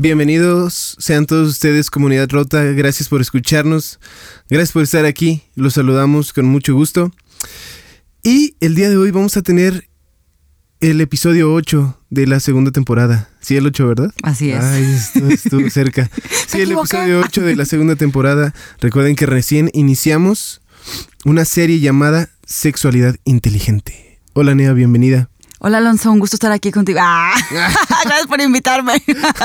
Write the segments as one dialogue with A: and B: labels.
A: Bienvenidos sean todos ustedes, Comunidad Rota. Gracias por escucharnos. Gracias por estar aquí. Los saludamos con mucho gusto. Y el día de hoy vamos a tener el episodio 8 de la segunda temporada. Sí, el 8, ¿verdad?
B: Así es.
A: Ay, estuvo cerca. Sí, el episodio 8 de la segunda temporada. Recuerden que recién iniciamos una serie llamada Sexualidad Inteligente. Hola, Nea, bienvenida.
B: Hola, Alonso, un gusto estar aquí contigo. Gracias por invitarme.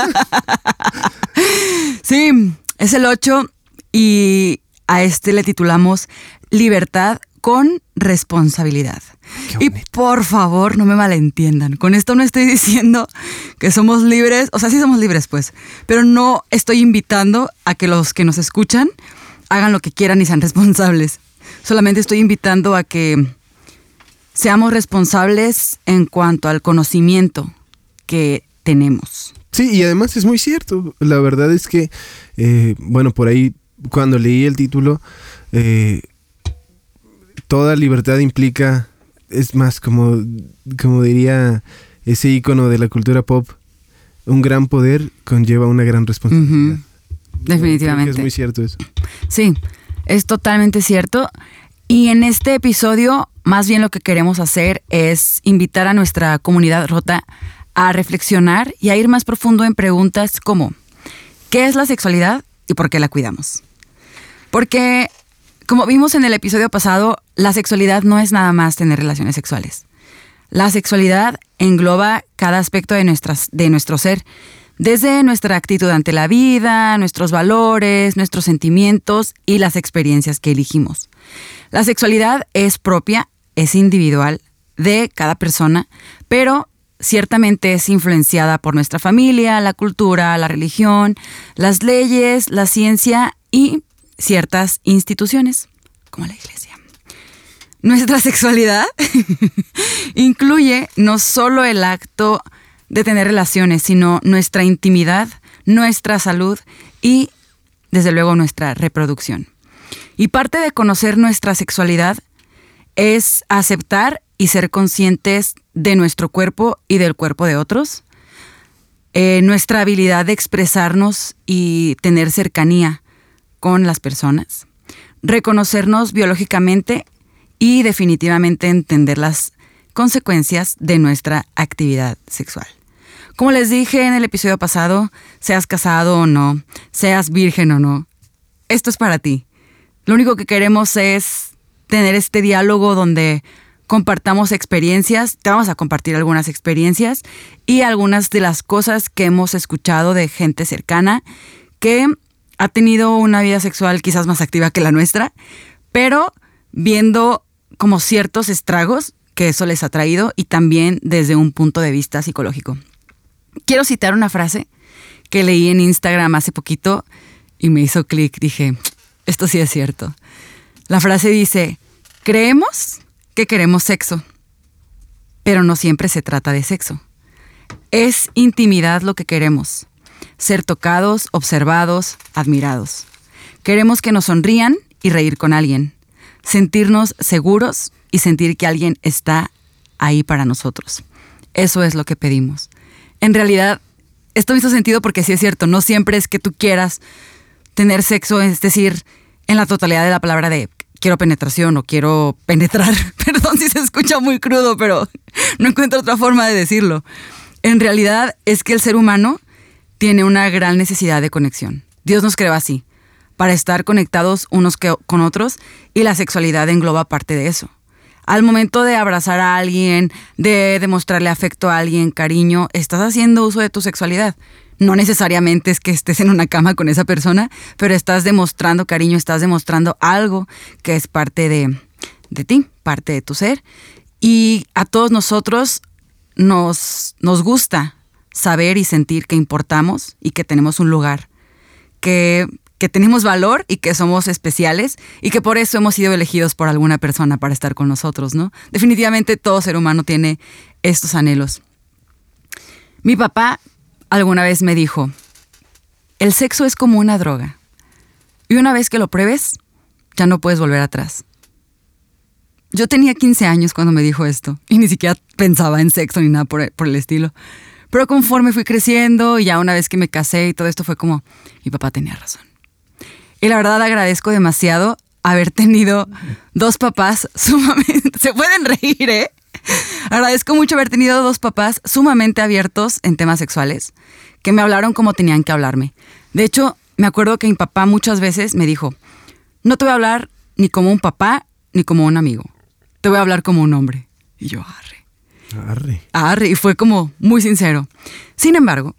B: Sí, es el 8 y a este le titulamos Libertad con Responsabilidad. Y por favor, no me malentiendan. Con esto no estoy diciendo que somos libres. O sea, sí somos libres, pues. Pero no estoy invitando a que los que nos escuchan hagan lo que quieran y sean responsables. Solamente estoy invitando a que seamos responsables en cuanto al conocimiento que tenemos.
A: Sí, y además es muy cierto. La verdad es que, por ahí, cuando leí el título, toda libertad implica, es más, como diría ese ícono de la cultura pop, un gran poder conlleva una gran responsabilidad.
B: Definitivamente.
A: Creo que es muy cierto eso.
B: Sí, es totalmente cierto. Y en este episodio, más bien lo que queremos hacer es invitar a nuestra comunidad rota a reflexionar y a ir más profundo en preguntas como ¿qué es la sexualidad y por qué la cuidamos? Porque, como vimos en el episodio pasado, la sexualidad no es nada más tener relaciones sexuales. La sexualidad engloba cada aspecto de nuestro ser, desde nuestra actitud ante la vida, nuestros valores, nuestros sentimientos y las experiencias que elegimos. La sexualidad es propia, es individual de cada persona, pero ciertamente es influenciada por nuestra familia, la cultura, la religión, las leyes, la ciencia y ciertas instituciones, como la iglesia. Nuestra sexualidad incluye no solo el acto de tener relaciones, sino nuestra intimidad, nuestra salud y, desde luego, nuestra reproducción. Y parte de conocer nuestra sexualidad es aceptar y ser conscientes de nuestro cuerpo y del cuerpo de otros, nuestra habilidad de expresarnos y tener cercanía con las personas, reconocernos biológicamente y definitivamente entender las consecuencias de nuestra actividad sexual. Como les dije en el episodio pasado, seas casado o no, seas virgen o no, esto es para ti. Lo único que queremos es tener este diálogo donde compartamos experiencias. Te vamos a compartir algunas experiencias y algunas de las cosas que hemos escuchado de gente cercana que ha tenido una vida sexual quizás más activa que la nuestra, pero viendo como ciertos estragos que eso les ha traído y también desde un punto de vista psicológico. Quiero citar una frase que leí en Instagram hace poquito y me hizo clic. Dije, esto sí es cierto. La frase dice, creemos que queremos sexo, pero no siempre se trata de sexo. Es intimidad lo que queremos. Ser tocados, observados, admirados. Queremos que nos sonrían y reír con alguien. Sentirnos seguros y sentir que alguien está ahí para nosotros. Eso es lo que pedimos. En realidad, esto me hizo sentido porque sí es cierto, no siempre es que tú quieras tener sexo, es decir, en la totalidad de la palabra de quiero penetración o quiero penetrar. Perdón si se escucha muy crudo, pero no encuentro otra forma de decirlo. En realidad es que el ser humano tiene una gran necesidad de conexión. Dios nos creó así, para estar conectados unos con otros, y la sexualidad engloba parte de eso. Al momento de abrazar a alguien, de demostrarle afecto a alguien, cariño, estás haciendo uso de tu sexualidad. No necesariamente es que estés en una cama con esa persona, pero estás demostrando cariño, estás demostrando algo que es parte de ti, parte de tu ser. Y a todos nosotros nos gusta saber y sentir que importamos y que tenemos un lugar, que tenemos valor y que somos especiales y que por eso hemos sido elegidos por alguna persona para estar con nosotros, ¿no? Definitivamente todo ser humano tiene estos anhelos. Mi papá alguna vez me dijo, el sexo es como una droga y una vez que lo pruebes, ya no puedes volver atrás. Yo tenía 15 años cuando me dijo esto y ni siquiera pensaba en sexo ni nada por el estilo. Pero conforme fui creciendo y ya una vez que me casé y todo esto fue como, mi papá tenía razón. Y la verdad agradezco demasiado haber tenido 2 papás sumamente... Se pueden reír, ¿eh? Agradezco mucho haber tenido 2 papás sumamente abiertos en temas sexuales, que me hablaron como tenían que hablarme. De hecho, me acuerdo que mi papá muchas veces me dijo, no te voy a hablar ni como un papá ni como un amigo. Te voy a hablar como un hombre. Y yo, arre. Y fue como muy sincero. Sin embargo,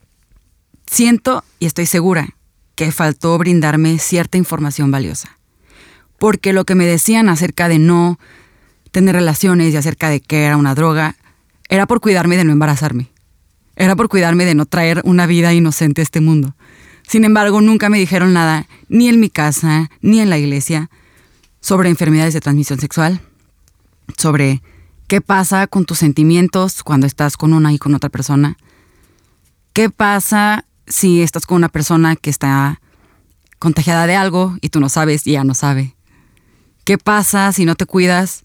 B: siento y estoy segura que faltó brindarme cierta información valiosa. Porque lo que me decían acerca de no tener relaciones y acerca de que era una droga, era por cuidarme de no embarazarme. Era por cuidarme de no traer una vida inocente a este mundo. Sin embargo, nunca me dijeron nada, ni en mi casa, ni en la iglesia, sobre enfermedades de transmisión sexual, sobre qué pasa con tus sentimientos cuando estás con una y con otra persona, qué pasa si estás con una persona que está contagiada de algo y tú no sabes y ella no sabe. ¿Qué pasa si no te cuidas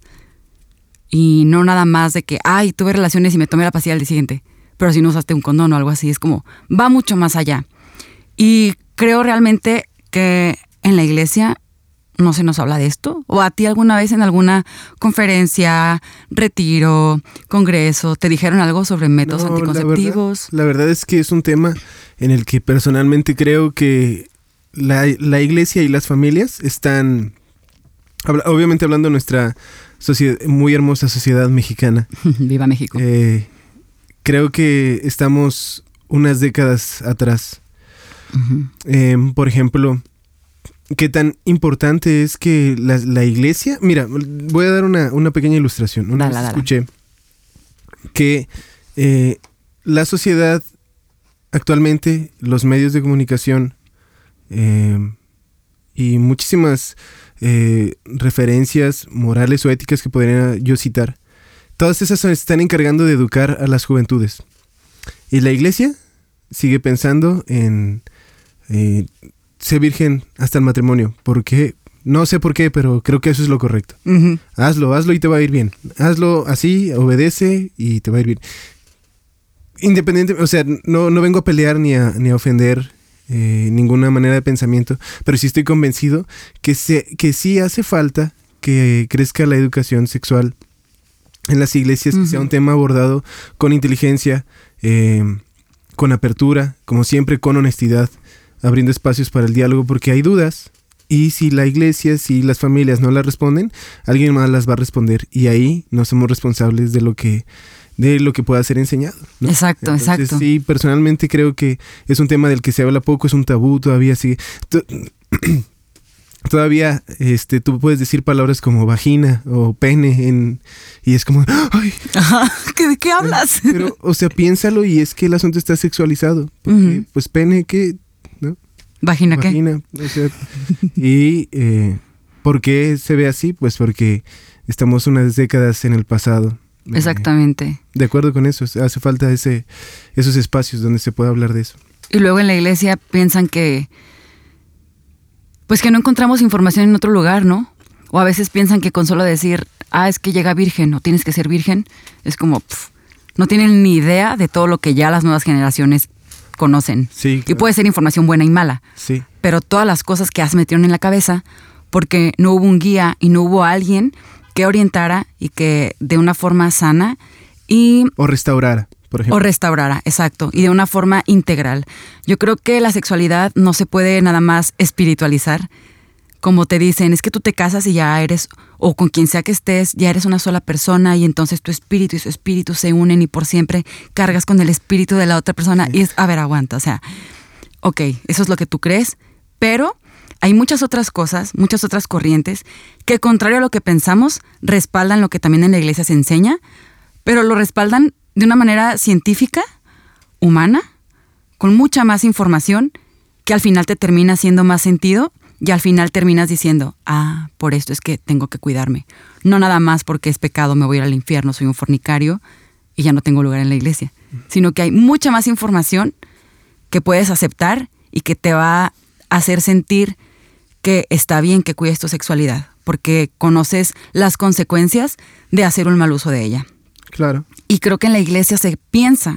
B: y no nada más de que, ay, tuve relaciones y me tomé la pastilla al día siguiente, pero si no usaste un condón o algo así? Es como, va mucho más allá. Y creo realmente que en la iglesia no se nos habla de esto. ¿O a ti alguna vez en alguna conferencia, retiro, congreso, te dijeron algo sobre métodos anticonceptivos?
A: La verdad es que es un tema en el que personalmente creo que la iglesia y las familias están, obviamente hablando de nuestra sociedad, muy hermosa sociedad mexicana.
B: ¡Viva México!
A: Creo que estamos unas décadas atrás. Uh-huh. Por ejemplo, qué tan importante es que la iglesia... Mira, voy a dar una pequeña ilustración. Una vez escuché que la sociedad actualmente, los medios de comunicación y muchísimas referencias morales o éticas que podría yo citar, todas esas se están encargando de educar a las juventudes. Y la iglesia sigue pensando en ser virgen hasta el matrimonio. Porque no sé por qué, pero creo que eso es lo correcto. Uh-huh. Hazlo y te va a ir bien. Hazlo así, obedece y te va a ir bien. Independiente, o sea, no vengo a pelear ni a ofender ninguna manera de pensamiento, pero sí estoy convencido que sí hace falta que crezca la educación sexual en las iglesias, uh-huh, que sea un tema abordado con inteligencia, con apertura, como siempre, con honestidad, abriendo espacios para el diálogo, porque hay dudas, y si la iglesia, si las familias no las responden, alguien más las va a responder, y ahí no somos responsables de lo que pueda ser enseñado, ¿no?
B: Exacto.
A: Sí, personalmente creo que es un tema del que se habla poco, es un tabú, todavía sigue... Todavía tú puedes decir palabras como vagina o pene y es como, ¡ay!
B: Ajá, ¿de qué hablas?
A: Pero, o sea, piénsalo, y es que el asunto está sexualizado. Porque, uh-huh, pues pene, ¿qué? ¿No?
B: ¿Vagina qué?
A: O sea, y ¿por qué se ve así? Pues porque estamos unas décadas en el pasado.
B: Exactamente.
A: De acuerdo con eso, hace falta esos espacios donde se pueda hablar de eso.
B: Y luego en la iglesia piensan que no encontramos información en otro lugar, ¿no? O a veces piensan que con solo decir, es que llega virgen o tienes que ser virgen, es como, no tienen ni idea de todo lo que ya las nuevas generaciones conocen.
A: Sí, claro.
B: Y puede ser información buena y mala.
A: Sí.
B: Pero todas las cosas que metieron en la cabeza, porque no hubo un guía y no hubo alguien que orientara y que de una forma sana
A: o restaurara, por ejemplo.
B: O restaurara, exacto, y de una forma integral. Yo creo que la sexualidad no se puede nada más espiritualizar. Como te dicen, es que tú te casas y ya eres, o con quien sea que estés, ya eres una sola persona, y entonces tu espíritu y su espíritu se unen y por siempre cargas con el espíritu de la otra persona. Sí. Y es, aguanta, o sea, ok, eso es lo que tú crees, pero hay muchas otras cosas, muchas otras corrientes que, contrario a lo que pensamos, respaldan lo que también en la iglesia se enseña, pero lo respaldan de una manera científica, humana, con mucha más información, que al final te termina haciendo más sentido y al final terminas diciendo, por esto es que tengo que cuidarme. No nada más porque es pecado, me voy a ir al infierno, soy un fornicario y ya no tengo lugar en la iglesia, sino que hay mucha más información que puedes aceptar y que te va a hacer sentir que está bien que cuides tu sexualidad, porque conoces las consecuencias de hacer un mal uso de ella.
A: Claro.
B: Y creo que en la iglesia se piensa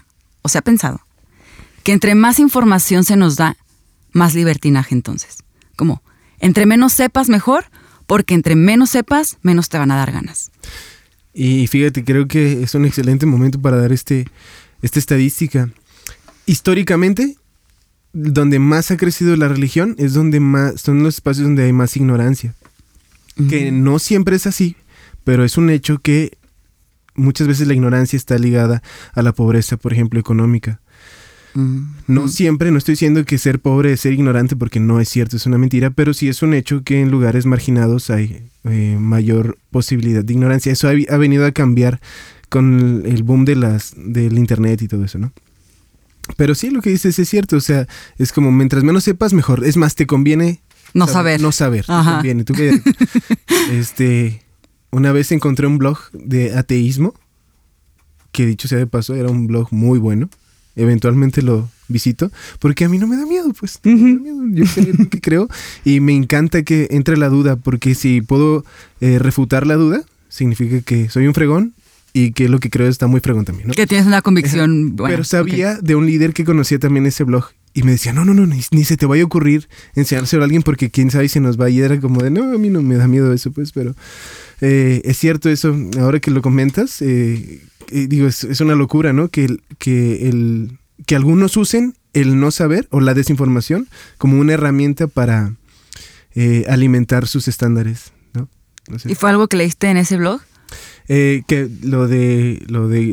B: o se ha pensado, que entre más información se nos da, más libertinaje entonces. Como, entre menos sepas, mejor, porque entre menos sepas, menos te van a dar ganas.
A: Y fíjate, creo que es un excelente momento para dar esta estadística. Históricamente, donde más ha crecido la religión es donde más son los espacios donde hay más ignorancia. Que no siempre es así, pero es un hecho que muchas veces la ignorancia está ligada a la pobreza, por ejemplo, económica. No siempre, no estoy diciendo que ser pobre es ser ignorante, porque no es cierto, es una mentira, pero sí es un hecho que en lugares marginados hay mayor posibilidad de ignorancia. Eso ha venido a cambiar con el boom del internet y todo eso, ¿no? Pero sí, lo que dices es cierto, o sea, es como mientras menos sepas, mejor. Es más, te conviene
B: no saber.
A: No saber, te conviene. ¿Tú qué? Una vez encontré un blog de ateísmo, que dicho sea de paso, era un blog muy bueno. Eventualmente lo visito, porque a mí no me da miedo, pues. No me da miedo. Yo creo lo que creo y me encanta que entre la duda, porque si puedo refutar la duda, significa que soy un fregón y que lo que creo está muy fregón también, ¿no?
B: Que tienes una convicción buena.
A: Pero sabía de un líder que conocía también ese blog y me decía, no, ni se te vaya a ocurrir enseñárselo a alguien porque quién sabe si nos va a ir. Era como de, no, a mí no me da miedo eso, pues, pero es cierto eso. Ahora que lo comentas, digo, es una locura, ¿no? Que algunos usen el no saber o la desinformación como una herramienta para alimentar sus estándares, ¿no? No sé.
B: ¿Y fue algo que leíste en ese blog?
A: Que lo de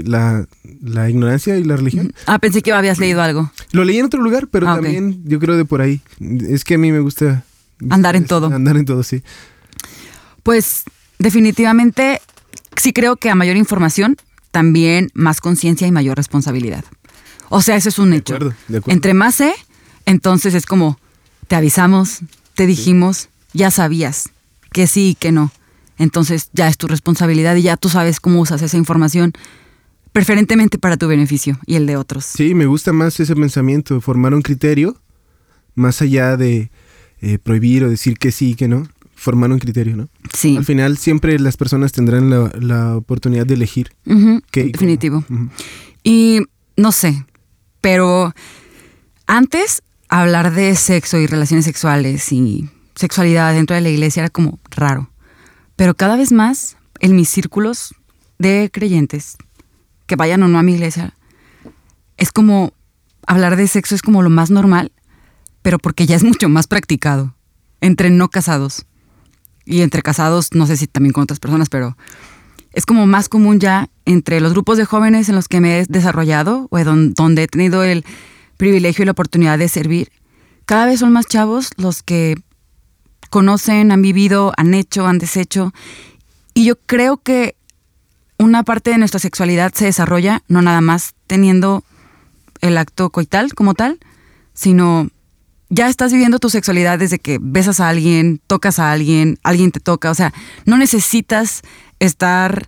A: la ignorancia y la religión.
B: Pensé que habías leído algo.
A: Lo leí en otro lugar, pero también yo creo de por ahí. Es que a mí me gusta
B: andar en todo.
A: Andar en todo, sí.
B: Pues definitivamente sí creo que a mayor información, también más conciencia y mayor responsabilidad. O sea, eso es un hecho.
A: De acuerdo.
B: Entre más sé, entonces es como, te avisamos, te dijimos, ya sabías que sí y que no. Entonces ya es tu responsabilidad y ya tú sabes cómo usas esa información, preferentemente para tu beneficio y el de otros.
A: Sí, me gusta más ese pensamiento, formar un criterio, más allá de prohibir o decir que sí y que no, formar un criterio, ¿no?
B: Sí.
A: Al final siempre las personas tendrán la oportunidad de elegir.
B: Definitivo. Y no sé, pero antes hablar de sexo y relaciones sexuales y sexualidad dentro de la iglesia era como raro. Pero cada vez más, en mis círculos de creyentes, que vayan o no a mi iglesia, es como hablar de sexo es como lo más normal, pero porque ya es mucho más practicado entre no casados. Y entre casados, no sé si también con otras personas, pero es como más común ya entre los grupos de jóvenes en los que me he desarrollado o donde he tenido el privilegio y la oportunidad de servir. Cada vez son más chavos los que conocen, han vivido, han hecho, han deshecho. Y yo creo que una parte de nuestra sexualidad se desarrolla no nada más teniendo el acto coital como tal, sino ya estás viviendo tu sexualidad desde que besas a alguien, tocas a alguien te toca. O sea, no necesitas estar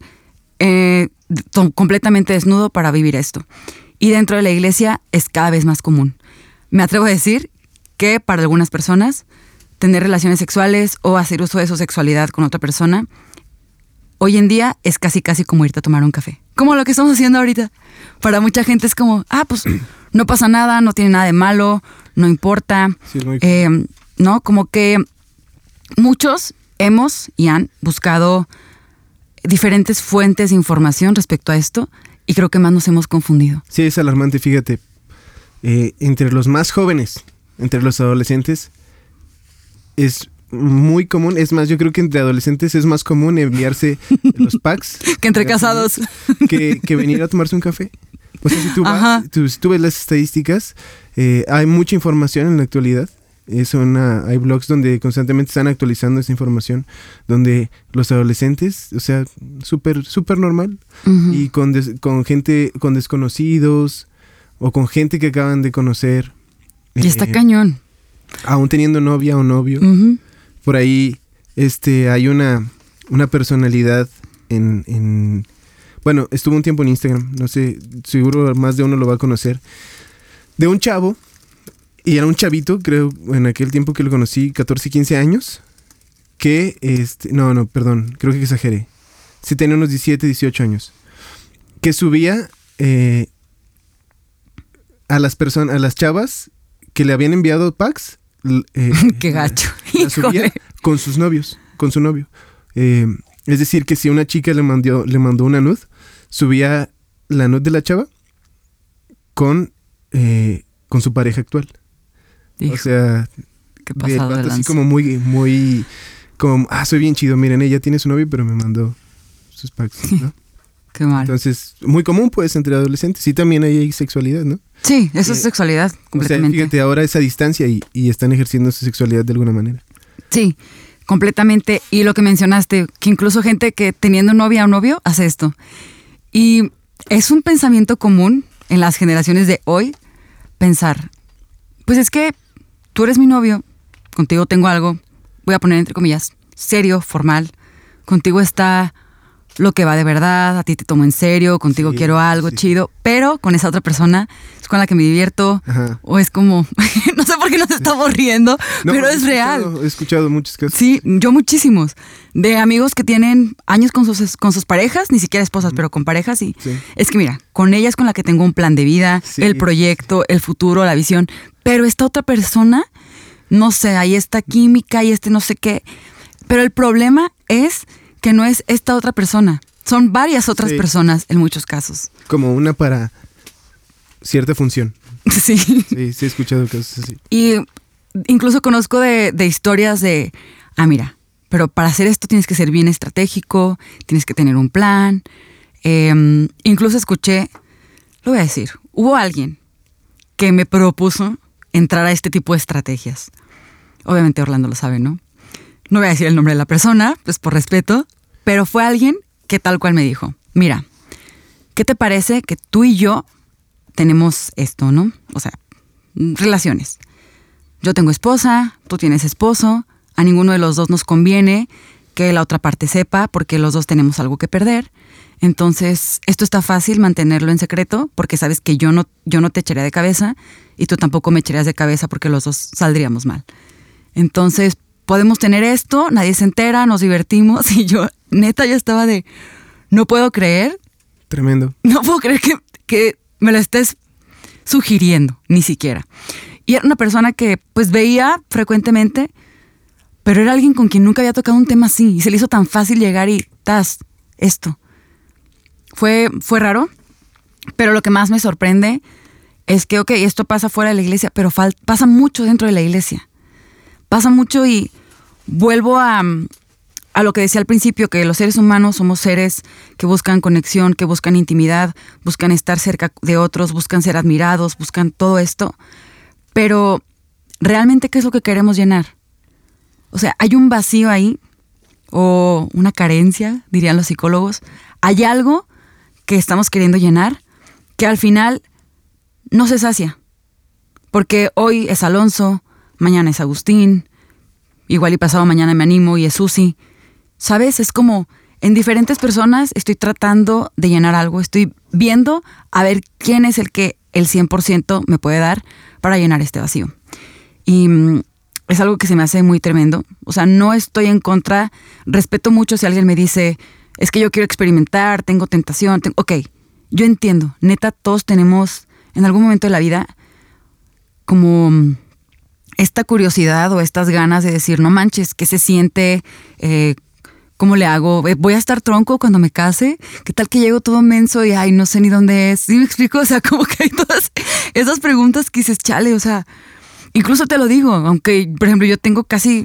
B: completamente desnudo para vivir esto. Y dentro de la iglesia es cada vez más común. Me atrevo a decir que para algunas personas tener relaciones sexuales o hacer uso de su sexualidad con otra persona, hoy en día es casi como irte a tomar un café. Como lo que estamos haciendo ahorita. Para mucha gente es como, pues no pasa nada, no tiene nada de malo, no importa.
A: Sí,
B: ¿no? Como que muchos hemos y han buscado diferentes fuentes de información respecto a esto y creo que más nos hemos confundido.
A: Sí, es alarmante, fíjate. Entre los más jóvenes, entre los adolescentes, es muy común, es más, yo creo que entre adolescentes es más común enviarse los packs
B: que entre casados
A: que venir a tomarse un café. O sea, si tú ves las estadísticas, hay mucha información en la actualidad. Hay blogs donde constantemente están actualizando esa información, donde los adolescentes, o sea, súper normal, y con gente, con desconocidos o con gente que acaban de conocer.
B: Y está cañón.
A: Aún teniendo novia o novio. Por ahí hay una personalidad bueno, estuvo un tiempo en Instagram, no sé, seguro más de uno lo va a conocer, de un chavo, y era un chavito, creo, en aquel tiempo que lo conocí, 14, 15 años, que, perdón, creo que exageré, sí tenía unos 17, 18 años, que subía a las personas, a las chavas que le habían enviado packs.
B: Qué gacho.
A: La subía con sus novios, con su novio. Es decir, que si una chica le mandó una nude, subía la nude de la chava con su pareja actual.
B: Hijo,
A: o sea,
B: qué pasado de
A: así
B: lanza.
A: como muy, como, soy bien chido, miren, ella tiene su novio, pero me mandó sus packs, ¿no?
B: Qué mal.
A: Entonces, muy común pues entre adolescentes. Sí, también ahí hay sexualidad, ¿no?
B: Sí, eso es sexualidad,
A: O sea,
B: completamente.
A: fíjate, ahora es a distancia y están ejerciendo su sexualidad de alguna manera.
B: Sí, completamente. Y lo que mencionaste, que incluso gente que teniendo novia o novio hace esto. Y es un pensamiento común en las generaciones de hoy, pensar, pues es que tú eres mi novio, contigo tengo algo, voy a poner entre comillas, serio, formal, contigo está lo que va de verdad, a ti te tomo en serio, contigo
A: Sí,
B: quiero algo
A: sí.
B: chido, pero con esa otra persona es con la que me divierto,
A: Ajá.
B: o es como, no sé por qué nos estamos riendo,
A: No,
B: pero
A: he
B: es real.
A: He escuchado muchos casos.
B: Sí, yo muchísimos. De amigos que tienen años con sus parejas, ni siquiera esposas, pero con parejas. Y
A: Sí.
B: es que mira, con ella es con la que tengo un plan de vida,
A: Sí.
B: el proyecto, el futuro, la visión. Pero esta otra persona, no sé, ahí está química y no sé qué. Pero el problema es que no es esta otra persona. Son varias otras
A: Sí.
B: personas en muchos casos.
A: Como una para cierta función.
B: Sí.
A: Sí, sí he escuchado casos así.
B: Y incluso conozco de historias de, mira, pero para hacer esto tienes que ser bien estratégico, tienes que tener un plan. Incluso escuché, lo voy a decir, hubo alguien que me propuso entrar a este tipo de estrategias. Obviamente Orlando lo sabe, ¿no? No voy a decir el nombre de la persona, pues por respeto, pero fue alguien que tal cual me dijo, mira, ¿qué te parece que tú y yo tenemos esto, ¿no? O sea, relaciones. Yo tengo esposa, tú tienes esposo, a ninguno de los dos nos conviene que la otra parte sepa porque los dos tenemos algo que perder. Entonces, esto está fácil mantenerlo en secreto porque sabes que yo no te echaría de cabeza y tú tampoco me echarías de cabeza porque los dos saldríamos mal. Entonces, podemos tener esto, nadie se entera, nos divertimos y yo estaba de, no puedo creer que me lo estés sugiriendo, ni siquiera. Y era una persona que pues veía frecuentemente, pero era alguien con quien nunca había tocado un tema así y se le hizo tan fácil llegar y esto. Fue raro, pero lo que más me sorprende es que, ok, esto pasa fuera de la iglesia, pero pasa mucho dentro de la iglesia. Pasa mucho y vuelvo a lo que decía al principio, que los seres humanos somos seres que buscan conexión, que buscan intimidad, buscan estar cerca de otros, buscan ser admirados, buscan todo esto. Pero, ¿realmente qué es lo que queremos llenar? O sea, ¿hay un vacío ahí? ¿O una carencia, dirían los psicólogos? ¿Hay algo que estamos queriendo llenar que al final no se sacia? Porque hoy es Alonso, mañana es Agustín, igual y pasado mañana me animo y es Susi. ¿Sabes? Es como en diferentes personas estoy tratando de llenar algo, estoy viendo a ver quién es el que el 100% me puede dar para llenar este vacío. Y es algo que se me hace muy tremendo. O sea, no estoy en contra, respeto mucho si alguien me dice, es que yo quiero experimentar, tengo tentación. Ok, yo entiendo, neta, todos tenemos en algún momento de la vida como esta curiosidad o estas ganas de decir, no manches, ¿qué se siente? ¿Cómo le hago? ¿Voy a estar tronco cuando me case? ¿Qué tal que llego todo menso y no sé ni dónde es? ¿Sí me explico? O sea, como que hay todas esas preguntas que dices, chale, o sea, incluso te lo digo, aunque, por ejemplo, yo tengo casi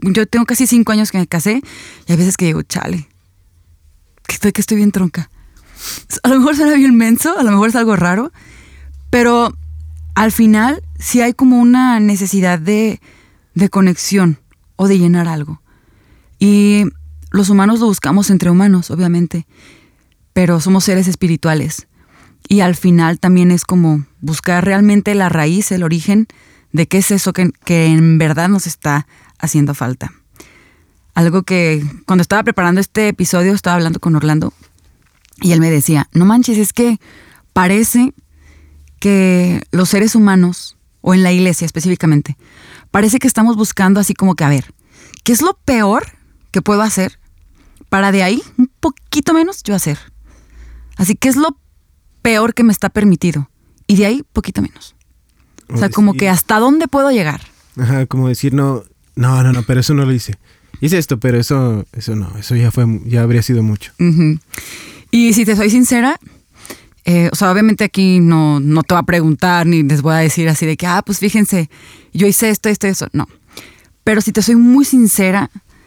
B: 5 años que me casé y hay veces que digo, chale, que estoy bien tronca. A lo mejor suena bien menso, a lo mejor es algo raro, pero al final sí hay como una necesidad de conexión o de llenar algo. Y los humanos lo buscamos entre humanos, obviamente, pero somos seres espirituales. Y al final también es como buscar realmente la raíz, el origen de qué es eso que en verdad nos está haciendo falta. Algo que cuando estaba preparando este episodio estaba hablando con Orlando y él me decía, no manches, es que parece que los seres humanos, o en la iglesia específicamente, parece que estamos buscando así como que, a ver, ¿qué es lo peor que puedo hacer para de ahí un poquito menos yo hacer? Así que es lo peor que me está permitido. Y de ahí, poquito menos. O sea, como que hasta dónde puedo llegar.
A: Ajá, como decir, no, pero eso no lo hice. Hice esto, pero eso no, eso ya habría sido mucho.
B: Uh-huh. Y si te soy sincera, o sea, obviamente aquí no te voy a preguntar ni les voy a decir así de que, pues fíjense, yo hice esto, eso. No. Pero si te soy muy sincera,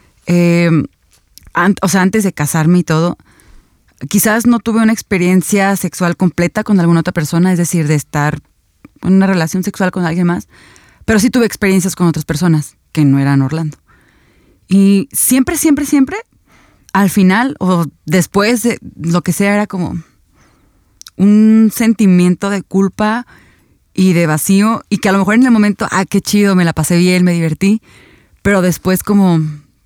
B: o sea, antes de casarme y todo, quizás no tuve una experiencia sexual completa con alguna otra persona, es decir, de estar en una relación sexual con alguien más, pero sí tuve experiencias con otras personas que no eran Orlando. Y siempre, al final o después de lo que sea, era como un sentimiento de culpa y de vacío, y que a lo mejor en el momento, qué chido, me la pasé bien, me divertí, pero después como,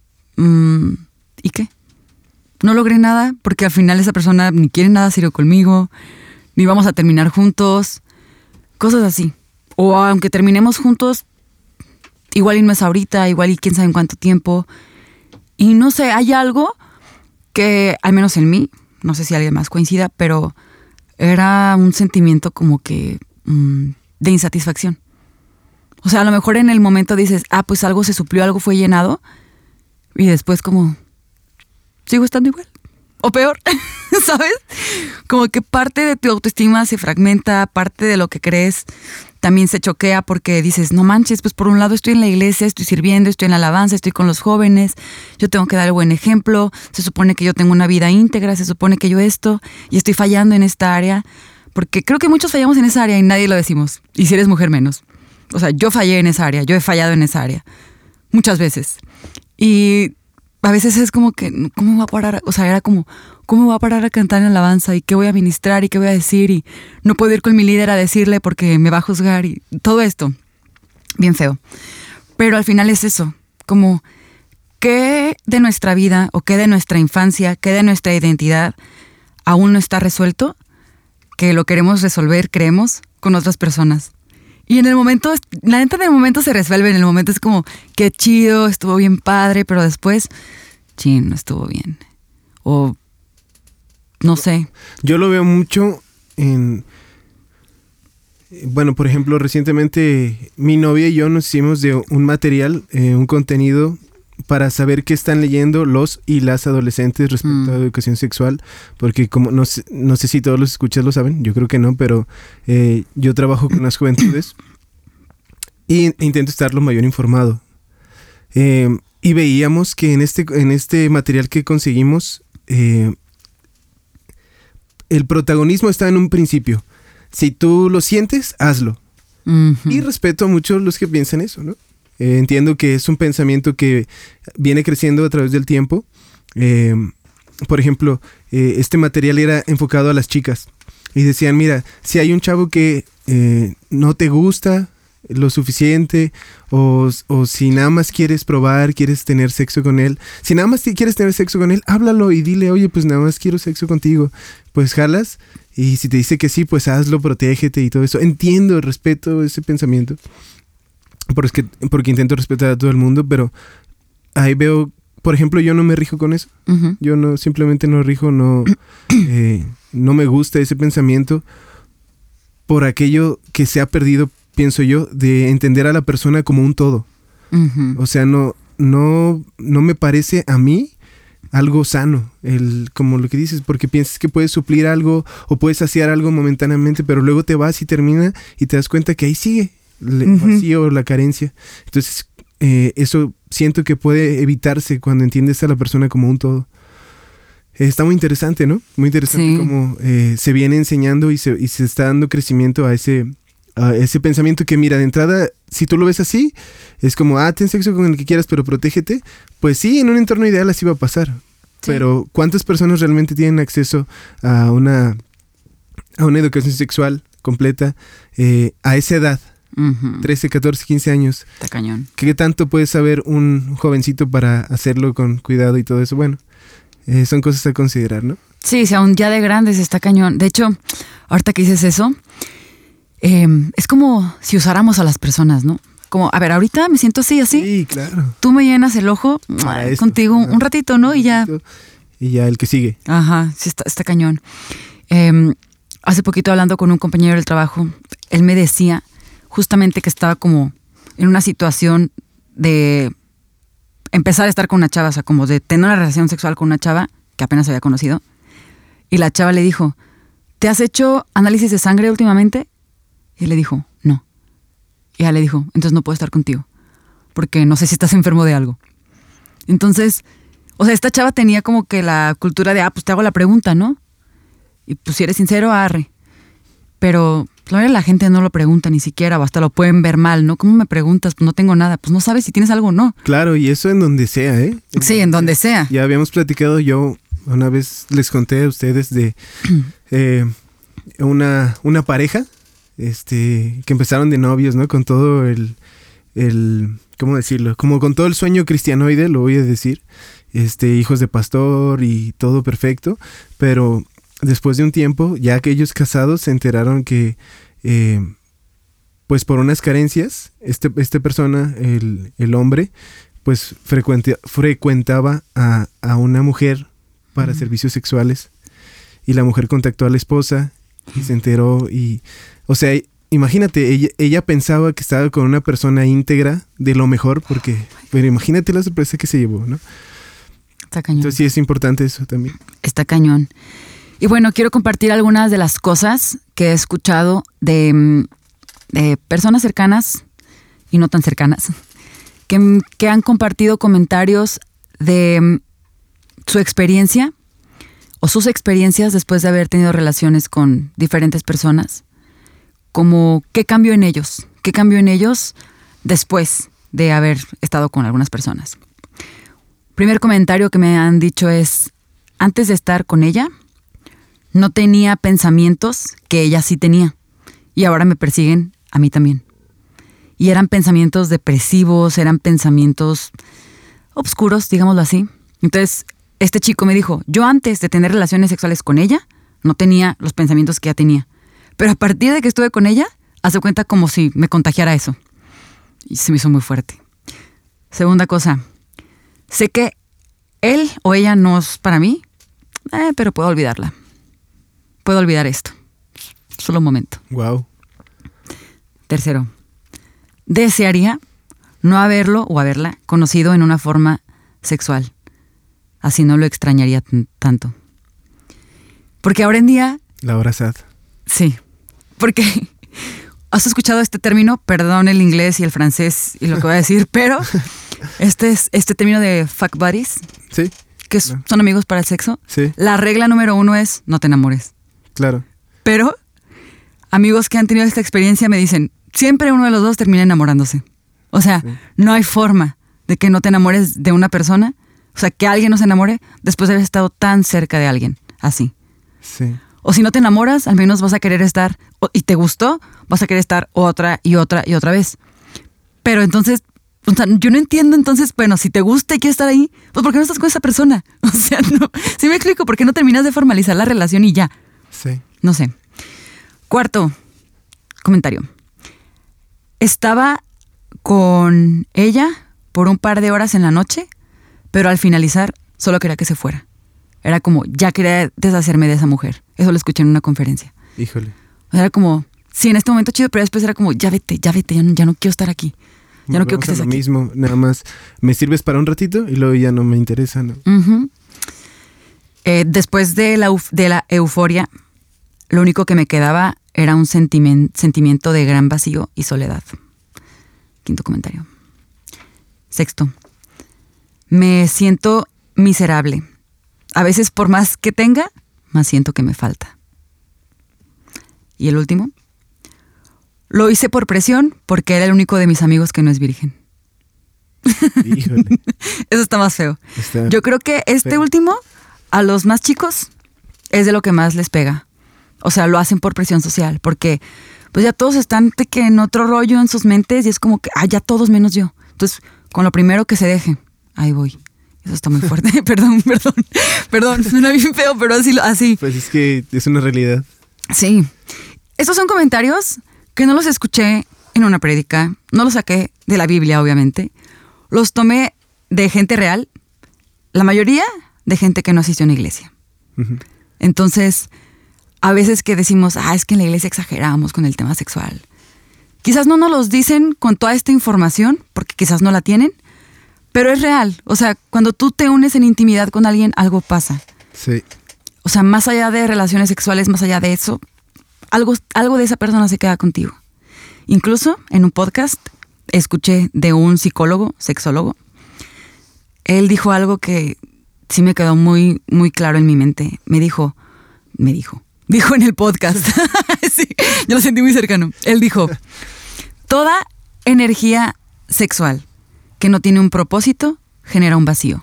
B: ¿y qué? No logré nada porque al final esa persona ni quiere nada serio conmigo, ni vamos a terminar juntos, cosas así. O aunque terminemos juntos, igual y no es ahorita, igual y quién sabe en cuánto tiempo. Y no sé, hay algo que, al menos en mí, no sé si alguien más coincida, pero era un sentimiento como que de insatisfacción. O sea, a lo mejor en el momento dices, pues algo se suplió, algo fue llenado, y después como, sigo estando igual, o peor, ¿sabes? Como que parte de tu autoestima se fragmenta, parte de lo que crees también se choquea porque dices, no manches, pues por un lado estoy en la iglesia, estoy sirviendo, estoy en la alabanza, estoy con los jóvenes, yo tengo que dar el buen ejemplo, se supone que yo tengo una vida íntegra, se supone que yo esto, y estoy fallando en esta área, porque creo que muchos fallamos en esa área y nadie lo decimos, y si eres mujer menos. O sea, yo fallé en esa área, yo he fallado en esa área, muchas veces. Y a veces es como que, ¿cómo voy a parar? O sea, era como, ¿cómo voy a parar a cantar en alabanza? ¿Y qué voy a ministrar? ¿Y qué voy a decir? Y no puedo ir con mi líder a decirle porque me va a juzgar y todo esto. Bien feo. Pero al final es eso, como, ¿qué de nuestra vida o qué de nuestra infancia, qué de nuestra identidad aún no está resuelto? Que lo queremos resolver, creemos, con otras personas. Y en el momento, la neta en el momento se resuelve, en el momento es como, qué chido, estuvo bien padre, pero después, no estuvo bien. O, no sé.
A: Yo lo veo mucho en, bueno, por ejemplo, recientemente mi novia y yo nos hicimos de un material, un contenido para saber qué están leyendo los y las adolescentes respecto a educación sexual, porque como no sé si todos los escuchas lo saben, yo creo que no, pero yo trabajo con las juventudes y intento estar lo mayor informado. Y veíamos que en este material que conseguimos, el protagonismo está en un principio. Si tú lo sientes, hazlo. Uh-huh. Y respeto mucho a los que piensan eso, ¿no? Entiendo que es un pensamiento que viene creciendo a través del tiempo. Por ejemplo, este material era enfocado a las chicas. Y decían, mira, si hay un chavo que no te gusta lo suficiente, o si nada más quieres probar, quieres tener sexo con él, si nada más quieres tener sexo con él, háblalo y dile, oye, pues nada más quiero sexo contigo. Pues jalas, y si te dice que sí, pues hazlo, protégete y todo eso. Entiendo, respeto ese pensamiento. Porque intento respetar a todo el mundo, pero ahí veo, por ejemplo, yo no me rijo con eso. Uh-huh. Yo simplemente no rijo, no me gusta ese pensamiento por aquello que se ha perdido, pienso yo, de entender a la persona como un todo. Uh-huh. O sea, no me parece a mí algo sano, como lo que dices, porque piensas que puedes suplir algo o puedes saciar algo momentáneamente, pero luego te vas y termina y te das cuenta que ahí sigue el vacío, la carencia. Entonces, eso siento que puede evitarse cuando entiendes a la persona como un todo. Está muy interesante, ¿no? Muy interesante, sí. Cómo se viene enseñando y se está dando crecimiento a ese pensamiento que, mira, de entrada, si tú lo ves así, es como, ten sexo con el que quieras, pero protégete. Pues sí, en un entorno ideal así va a pasar. Sí. Pero ¿cuántas personas realmente tienen acceso a una educación sexual completa a esa edad? Uh-huh. 13, 14, 15 años.
B: Está cañón.
A: ¿Qué tanto puede saber un jovencito para hacerlo con cuidado y todo eso? Bueno, son cosas a considerar, ¿no?
B: Sí, si aún ya de grandes está cañón. De hecho, ahorita que dices eso, es como si usáramos a las personas, ¿no? Como, a ver, ahorita me siento así.
A: Sí, claro.
B: Tú me llenas el ojo contigo un ratito, ¿no? Y ya.
A: Y ya el que sigue.
B: Ajá, sí, está cañón. hace poquito hablando con un compañero del trabajo, él me decía justamente que estaba como en una situación de empezar a estar con una chava, o sea, como de tener una relación sexual con una chava que apenas había conocido. Y la chava le dijo, ¿te has hecho análisis de sangre últimamente? Y él le dijo, no. Y ella le dijo, entonces no puedo estar contigo, porque no sé si estás enfermo de algo. Entonces, o sea, esta chava tenía como que la cultura de, pues te hago la pregunta, ¿no? Y pues si eres sincero, arre. Pero la mayoría de la gente no lo pregunta ni siquiera, o hasta lo pueden ver mal, ¿no? ¿Cómo me preguntas? Pues no tengo nada, pues no sabes si tienes algo o no.
A: Claro, y eso en donde sea, ¿eh?
B: Sí, en donde sea.
A: Ya habíamos platicado, yo una vez les conté a ustedes de una pareja que empezaron de novios, ¿no? Con todo el ¿cómo decirlo? Como con todo el sueño cristianoide, lo voy a decir. Hijos de pastor y todo perfecto, pero después de un tiempo, ya que ellos casados se enteraron que pues por unas carencias, esta persona, el hombre, pues frecuentaba a una mujer para servicios sexuales, y la mujer contactó a la esposa y se enteró, y o sea, imagínate, ella pensaba que estaba con una persona íntegra de lo mejor, pero imagínate la sorpresa que se llevó, ¿no?
B: Está cañón.
A: Entonces sí es importante eso también.
B: Está cañón. Y bueno, quiero compartir algunas de las cosas que he escuchado de personas cercanas y no tan cercanas que han compartido comentarios de su experiencia o sus experiencias después de haber tenido relaciones con diferentes personas. Como qué cambió en ellos después de haber estado con algunas personas. Primer comentario que me han dicho es, antes de estar con ella, no tenía pensamientos que ella sí tenía, y ahora me persiguen a mí también. Y eran pensamientos depresivos, eran pensamientos oscuros, digámoslo así. Entonces, este chico me dijo, yo antes de tener relaciones sexuales con ella, no tenía los pensamientos que ella tenía. Pero a partir de que estuve con ella, hace cuenta como si me contagiara eso. Y se me hizo muy fuerte. Segunda cosa, sé que él o ella no es para mí, pero puedo olvidarla. Puedo olvidar esto. Solo un momento.
A: Wow.
B: Tercero, desearía no haberlo o haberla conocido en una forma sexual. Así no lo extrañaría tanto. Porque ahora en día...
A: La hora sad.
B: Sí, porque has escuchado este término, perdón el inglés y el francés y lo que voy a decir, pero este término de fuck buddies,
A: sí,
B: que son amigos para el sexo.
A: Sí.
B: La regla número 1 es no te enamores.
A: Claro.
B: Pero amigos que han tenido esta experiencia me dicen, siempre uno de los dos termina enamorándose. O sea, no hay forma de que no te enamores de una persona, o sea, que alguien no se enamore después de haber estado tan cerca de alguien, así.
A: Sí.
B: O si no te enamoras, al menos vas a querer estar, y te gustó, vas a querer estar otra y otra y otra vez. Pero entonces, o sea, yo no entiendo entonces, bueno, si te gusta y quieres estar ahí, pues ¿por qué no estás con esa persona? O sea, no, ¿sí me explico? ¿Por qué no terminas de formalizar la relación y ya?
A: Sí.
B: No sé. Cuarto comentario. Estaba con ella por un par de horas en la noche, pero al finalizar solo quería que se fuera. Era como, ya quería deshacerme de esa mujer. Eso lo escuché en una conferencia.
A: Híjole.
B: Era como, sí, en este momento chido, pero después era como, ya vete, ya no quiero estar aquí. Ya no quiero que estés aquí.
A: Mismo, nada más, me sirves para un ratito y luego ya no me interesa, ¿no?
B: Uh-huh. Después de la euforia, lo único que me quedaba era un sentimiento de gran vacío y soledad. Quinto comentario. Sexto. Me siento miserable. A veces por más que tenga, más siento que me falta. Y el último. Lo hice por presión porque era el único de mis amigos que no es virgen.
A: Híjole.
B: Eso está más feo. Yo creo que este último, a los más chicos, es de lo que más les pega. O sea, lo hacen por presión social, porque pues ya todos están en otro rollo en sus mentes y es como que, ya todos menos yo. Entonces, con lo primero que se deje, ahí voy. Eso está muy fuerte. Perdón, suena bien feo, pero así.
A: Pues es que es una realidad.
B: Sí. Estos son comentarios que no los escuché en una prédica, no los saqué de la Biblia, obviamente. Los tomé de gente real, la mayoría de gente que no asistió a una iglesia. Uh-huh. Entonces, a veces que decimos, es que en la iglesia exageramos con el tema sexual. Quizás no nos los dicen con toda esta información, porque quizás no la tienen, pero es real. O sea, cuando tú te unes en intimidad con alguien, algo pasa.
A: Sí.
B: O sea, más allá de relaciones sexuales, más allá de eso, algo de esa persona se queda contigo. Incluso en un podcast escuché de un psicólogo, sexólogo. Él dijo algo que sí me quedó muy, muy claro en mi mente. Dijo en el podcast. Sí, yo lo sentí muy cercano. Él dijo, toda energía sexual que no tiene un propósito genera un vacío.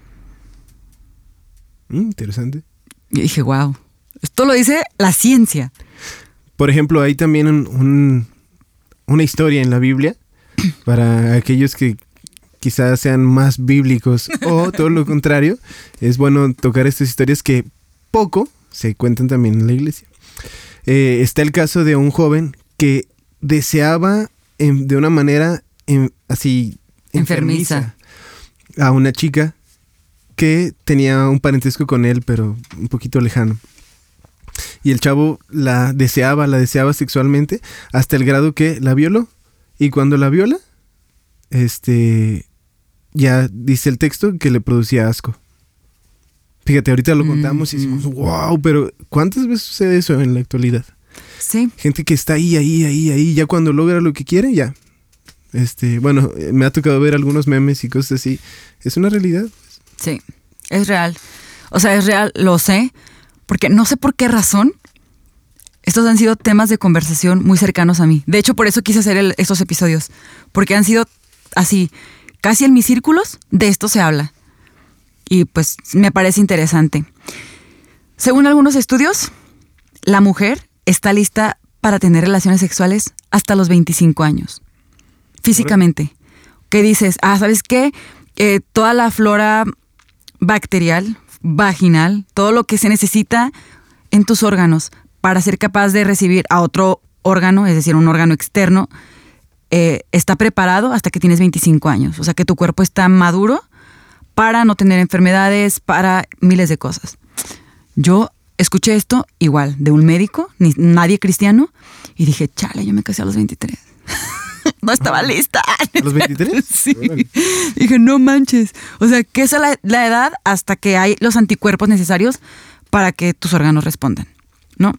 A: Interesante.
B: Y dije, wow, esto lo dice la ciencia.
A: Por ejemplo, hay también una historia en la Biblia para aquellos que quizás sean más bíblicos o todo lo contrario. Es bueno tocar estas historias que poco se cuentan también en la iglesia. Está el caso de un joven que deseaba de una manera así enfermiza a una chica que tenía un parentesco con él, pero un poquito lejano. Y el chavo la deseaba sexualmente hasta el grado que la violó. Y cuando la viola, ya dice el texto que le producía asco. Fíjate, ahorita lo contamos y decimos, wow, pero ¿cuántas veces sucede eso en la actualidad?
B: Sí.
A: Gente que está ahí, ya cuando logra lo que quiere, ya. Bueno, me ha tocado ver algunos memes y cosas así. Es una realidad.
B: Sí, es real. O sea, es real, lo sé, porque no sé por qué razón estos han sido temas de conversación muy cercanos a mí. De hecho, por eso quise hacer estos episodios, porque han sido así, casi en mis círculos, de esto se habla. Y pues me parece interesante. Según algunos estudios, la mujer está lista para tener relaciones sexuales hasta los 25 años. Físicamente. ¿Qué dices? ¿Sabes qué? Toda la flora bacterial, vaginal, todo lo que se necesita en tus órganos para ser capaz de recibir a otro órgano, es decir, un órgano externo, está preparado hasta que tienes 25 años. O sea que tu cuerpo está maduro para no tener enfermedades, para miles de cosas. Yo escuché esto igual, de un médico, nadie cristiano, y dije, chale, yo me casé a los 23. No estaba lista.
A: ¿A los 23?
B: Sí. Dije, no manches. O sea, que esa es la edad hasta que hay los anticuerpos necesarios para que tus órganos respondan, ¿no?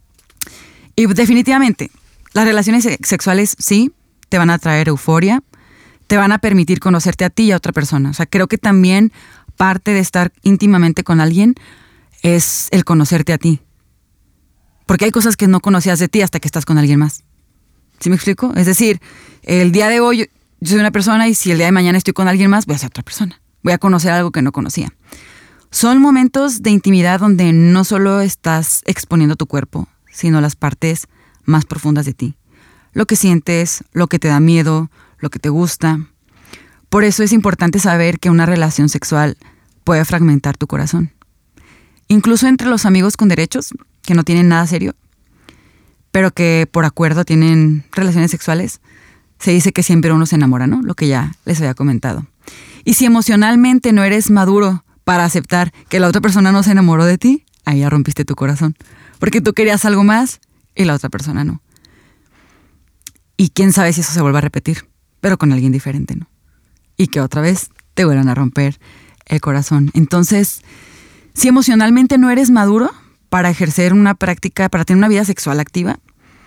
B: Y definitivamente, las relaciones sexuales sí te van a traer euforia, te van a permitir conocerte a ti y a otra persona. O sea, creo que también parte de estar íntimamente con alguien es el conocerte a ti. Porque hay cosas que no conocías de ti hasta que estás con alguien más. ¿Sí me explico? Es decir, el día de hoy yo soy una persona y si el día de mañana estoy con alguien más, voy a ser otra persona. Voy a conocer algo que no conocía. Son momentos de intimidad donde no solo estás exponiendo tu cuerpo, sino las partes más profundas de ti. Lo que sientes, lo que te da miedo, lo que te gusta. Por eso es importante saber que una relación sexual puede fragmentar tu corazón. Incluso entre los amigos con derechos, que no tienen nada serio, pero que por acuerdo tienen relaciones sexuales, se dice que siempre uno se enamora, ¿no? Lo que ya les había comentado. Y si emocionalmente no eres maduro para aceptar que la otra persona no se enamoró de ti, ahí ya rompiste tu corazón. Porque tú querías algo más y la otra persona no. Y quién sabe si eso se vuelva a repetir, pero con alguien diferente, ¿no? Y que otra vez te vuelvan a romper el corazón. Entonces, si emocionalmente no eres maduro para ejercer una práctica, para tener una vida sexual activa,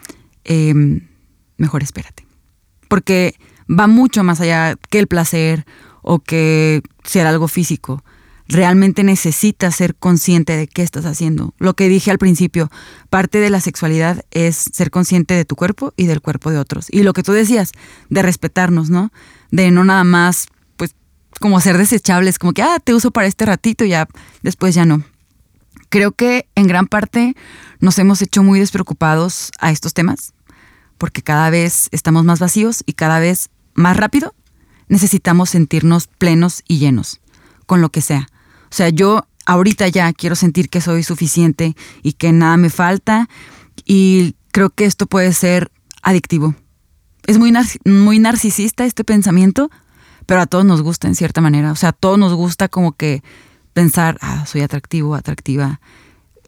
B: mejor espérate. Porque va mucho más allá que el placer o que ser algo físico. Realmente necesitas ser consciente de qué estás haciendo. Lo que dije al principio, parte de la sexualidad es ser consciente de tu cuerpo y del cuerpo de otros. Y lo que tú decías, de respetarnos, ¿no? De no nada más, pues, como ser desechables, como que, te uso para este ratito y ya, después ya no. Creo que en gran parte nos hemos hecho muy despreocupados a estos temas, porque cada vez estamos más vacíos y cada vez más rápido necesitamos sentirnos plenos y llenos, con lo que sea. O sea, yo ahorita ya quiero sentir que soy suficiente y que nada me falta, y creo que esto puede ser adictivo. Es muy narcisista este pensamiento, pero a todos nos gusta en cierta manera. O sea, a todos nos gusta como que pensar, soy atractivo, atractiva.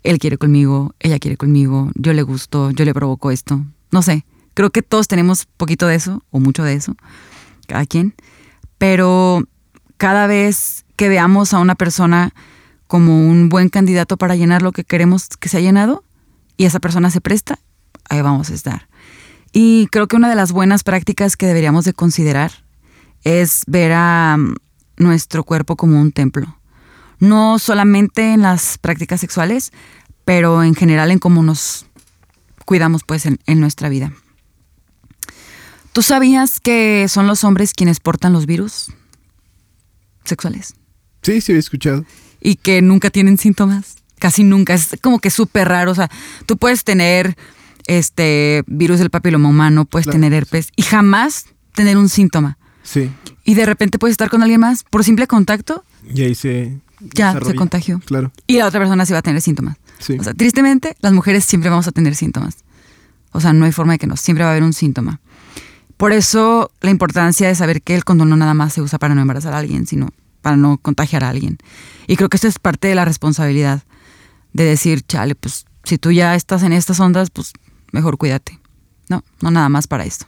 B: él quiere conmigo, ella quiere conmigo, yo le gusto, yo le provoco esto. No sé, creo que todos tenemos poquito de eso o mucho de eso, cada quien. Pero cada vez que veamos a una persona como un buen candidato para llenar lo que queremos que se ha llenado y esa persona se presta, ahí vamos a estar. Y creo que una de las buenas prácticas que deberíamos de considerar es ver a nuestro cuerpo como un templo. No solamente en las prácticas sexuales, pero en general en cómo nos cuidamos pues en nuestra vida. ¿Tú sabías que son los hombres quienes portan los virus sexuales?
A: Sí, sí, he escuchado.
B: Y que nunca tienen síntomas. Casi nunca. Es como que súper raro. O sea, tú puedes tener virus del papiloma humano, puedes tener herpes y jamás tener un síntoma.
A: Sí.
B: Y de repente puedes estar con alguien más por simple contacto.
A: Y ahí se
B: contagió.
A: Claro.
B: Y la otra persona sí va a tener síntomas.
A: Sí.
B: O sea, tristemente, las mujeres siempre vamos a tener síntomas. O sea, no hay forma de que no. Siempre va a haber un síntoma. Por eso la importancia de saber que el condón no nada más se usa para no embarazar a alguien, sino para no contagiar a alguien. Y creo que esto es parte de la responsabilidad de decir, chale, pues si tú ya estás en estas ondas, pues mejor cuídate. No nada más para esto.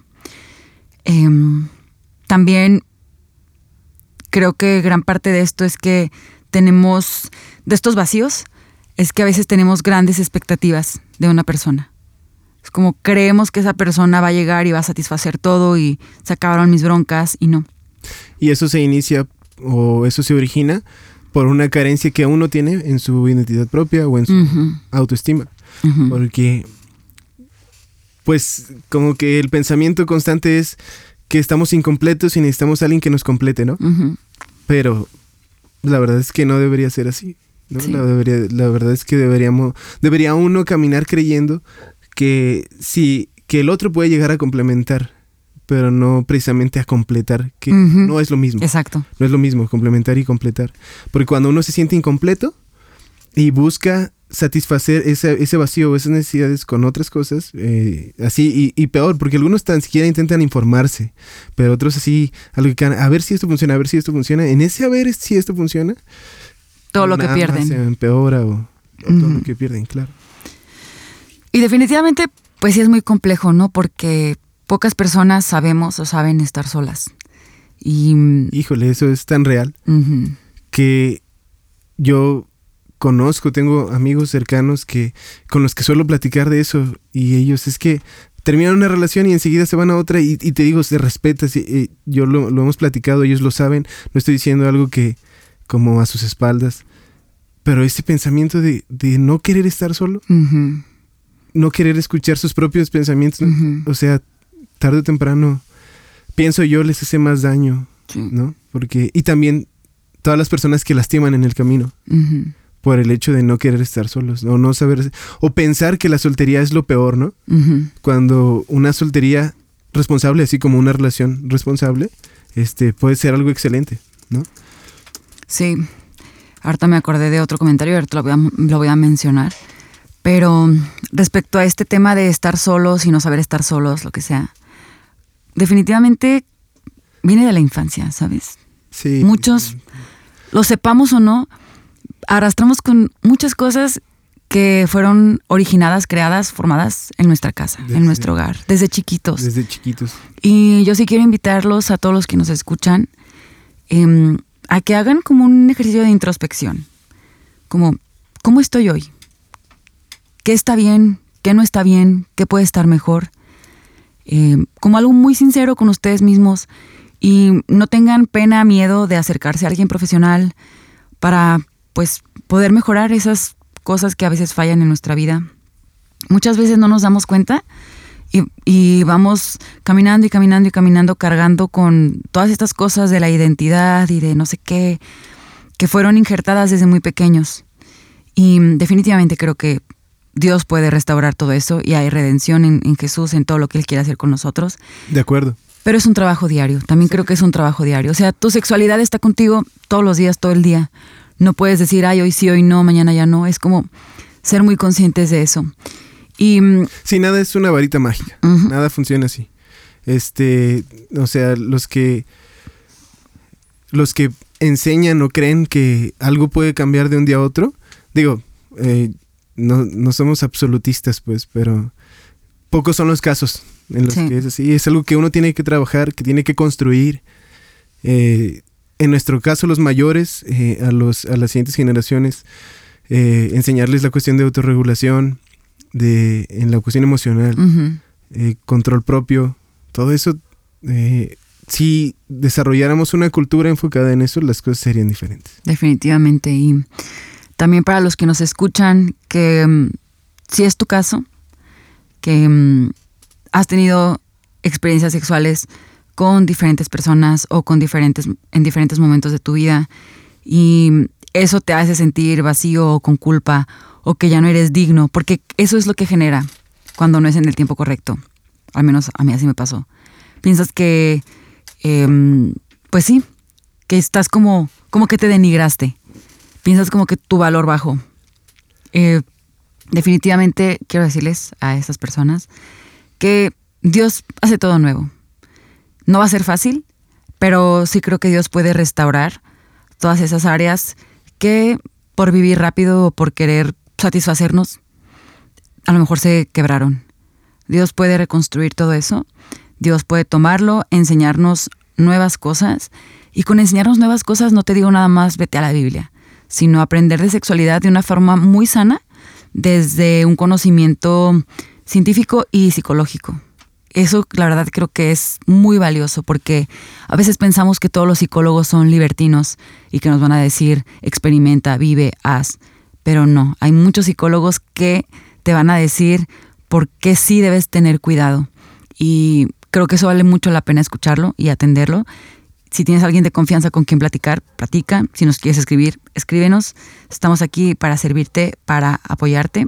B: También creo que gran parte de esto es que tenemos, de estos vacíos, es que a veces tenemos grandes expectativas de una persona. Es como creemos que esa persona va a llegar y va a satisfacer todo y se acabaron mis broncas y no.
A: Y eso se inicia o eso se origina por una carencia que uno tiene en su identidad propia o en su autoestima. Porque pues como que el pensamiento constante es que estamos incompletos y necesitamos a alguien que nos complete, ¿no? Pero la verdad es que no debería ser así, ¿no? Sí. La verdad es que debería uno caminar creyendo que el otro puede llegar a complementar, pero no precisamente a completar, que no es lo mismo.
B: Exacto.
A: No es lo mismo complementar y completar. Porque cuando uno se siente incompleto y busca satisfacer ese vacío o esas necesidades con otras cosas, así y peor, porque algunos tan siquiera intentan informarse, pero otros así, a ver si esto funciona, en ese a ver si esto funciona,
B: todo lo que pierden
A: se empeora o todo lo que pierden, claro.
B: Y definitivamente pues sí es muy complejo, ¿no? Porque pocas personas sabemos o saben estar solas. Y
A: híjole, eso es tan real que yo tengo amigos cercanos con los que suelo platicar de eso, y ellos es que terminan una relación y enseguida se van a otra y te digo, se respeta, yo lo hemos platicado, ellos lo saben, no estoy diciendo algo que como a sus espaldas, pero ese pensamiento de no querer estar solo, no querer escuchar sus propios pensamientos, o sea, tarde o temprano, pienso yo, les hace más daño, ¿no? Y también todas las personas que lastiman en el camino, por el hecho de no querer estar solos, o no saber, o pensar que la soltería es lo peor, ¿no? Cuando una soltería responsable, así como una relación responsable, puede ser algo excelente, ¿no?
B: Sí, ahorita me acordé de otro comentario, ahorita lo voy a mencionar, pero respecto a este tema de estar solos y no saber estar solos, lo que sea, definitivamente viene de la infancia, ¿sabes?
A: Sí.
B: Muchos, lo sepamos o no, arrastramos con muchas cosas que fueron originadas, creadas, formadas en nuestra casa, en nuestro hogar, desde chiquitos.
A: Desde chiquitos.
B: Y yo sí quiero invitarlos a todos los que nos escuchan a que hagan como un ejercicio de introspección. Como, ¿cómo estoy hoy? ¿Qué está bien? ¿Qué no está bien? ¿Qué puede estar mejor? Como algo muy sincero con ustedes mismos. Y no tengan pena, miedo de acercarse a alguien profesional para, pues, poder mejorar esas cosas que a veces fallan en nuestra vida. Muchas veces no nos damos cuenta y vamos caminando y caminando y caminando, cargando con todas estas cosas de la identidad y de no sé qué, que fueron injertadas desde muy pequeños. Y definitivamente creo que Dios puede restaurar todo eso y hay redención en Jesús, en todo lo que Él quiere hacer con nosotros.
A: De acuerdo.
B: Pero es un trabajo diario, también creo que es un trabajo diario. O sea, tu sexualidad está contigo todos los días, todo el día. No puedes decir, ay, hoy sí, hoy no, mañana ya no. Es como ser muy conscientes de eso. Y
A: sí, nada es una varita mágica. Nada funciona así. O sea, los que enseñan o creen que algo puede cambiar de un día a otro, digo, no somos absolutistas, pues, pero pocos son los casos en los que es así. Es algo que uno tiene que trabajar, que tiene que construir. En nuestro caso, los mayores, a las siguientes generaciones, enseñarles la cuestión de autorregulación, en la cuestión emocional, control propio, todo eso. Si desarrolláramos una cultura enfocada en eso, las cosas serían diferentes.
B: Definitivamente. Y también para los que nos escuchan, que si es tu caso, que has tenido experiencias sexuales con diferentes personas o en diferentes momentos de tu vida, y eso te hace sentir vacío o con culpa, o que ya no eres digno, porque eso es lo que genera cuando no es en el tiempo correcto. Al menos a mí así me pasó. Piensas que, pues sí, que estás como que te denigraste. Piensas como que tu valor bajó. Definitivamente quiero decirles a estas personas que Dios hace todo nuevo. No va a ser fácil, pero sí creo que Dios puede restaurar todas esas áreas que por vivir rápido o por querer satisfacernos, a lo mejor se quebraron. Dios puede reconstruir todo eso. Dios puede tomarlo, enseñarnos nuevas cosas. Y con enseñarnos nuevas cosas no te digo nada más vete a la Biblia, sino aprender de sexualidad de una forma muy sana, desde un conocimiento científico y psicológico. Eso, la verdad, creo que es muy valioso, porque a veces pensamos que todos los psicólogos son libertinos y que nos van a decir experimenta, vive, haz. Pero no, hay muchos psicólogos que te van a decir por qué sí debes tener cuidado. Y creo que eso vale mucho la pena escucharlo y atenderlo. Si tienes a alguien de confianza con quien platicar, platica. Si nos quieres escribir, escríbenos. Estamos aquí para servirte, para apoyarte.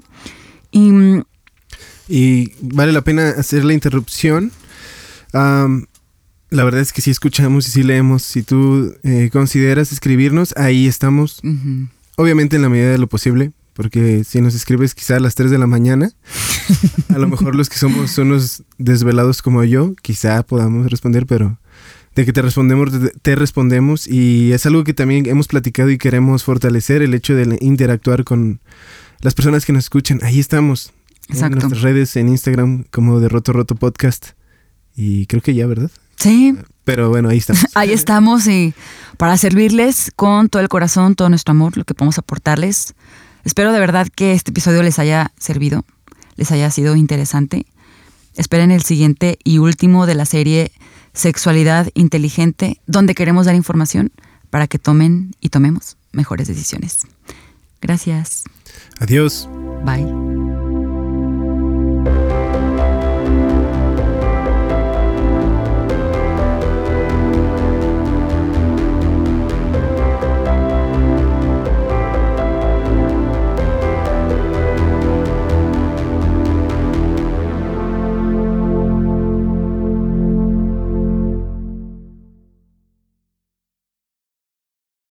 A: Y vale la pena hacer la interrupción. La verdad es que sí escuchamos y sí leemos. Si tú consideras escribirnos, ahí estamos. Uh-huh. Obviamente en la medida de lo posible, porque si nos escribes quizá a las 3 de la mañana, a lo mejor los que somos unos desvelados como yo, quizá podamos responder, pero de que te respondemos, y es algo que también hemos platicado y queremos fortalecer, el hecho de interactuar con las personas que nos escuchan. Ahí estamos. Exacto. En nuestras redes, en Instagram, como de Roto Roto Podcast. Y creo que ya, ¿verdad?
B: Sí.
A: Pero bueno, ahí estamos.
B: Ahí estamos, y para servirles con todo el corazón, todo nuestro amor, lo que podemos aportarles. Espero de verdad que este episodio les haya servido, les haya sido interesante. Esperen el siguiente y último de la serie Sexualidad Inteligente, donde queremos dar información para que tomen y tomemos mejores decisiones. Gracias.
A: Adiós.
B: Bye.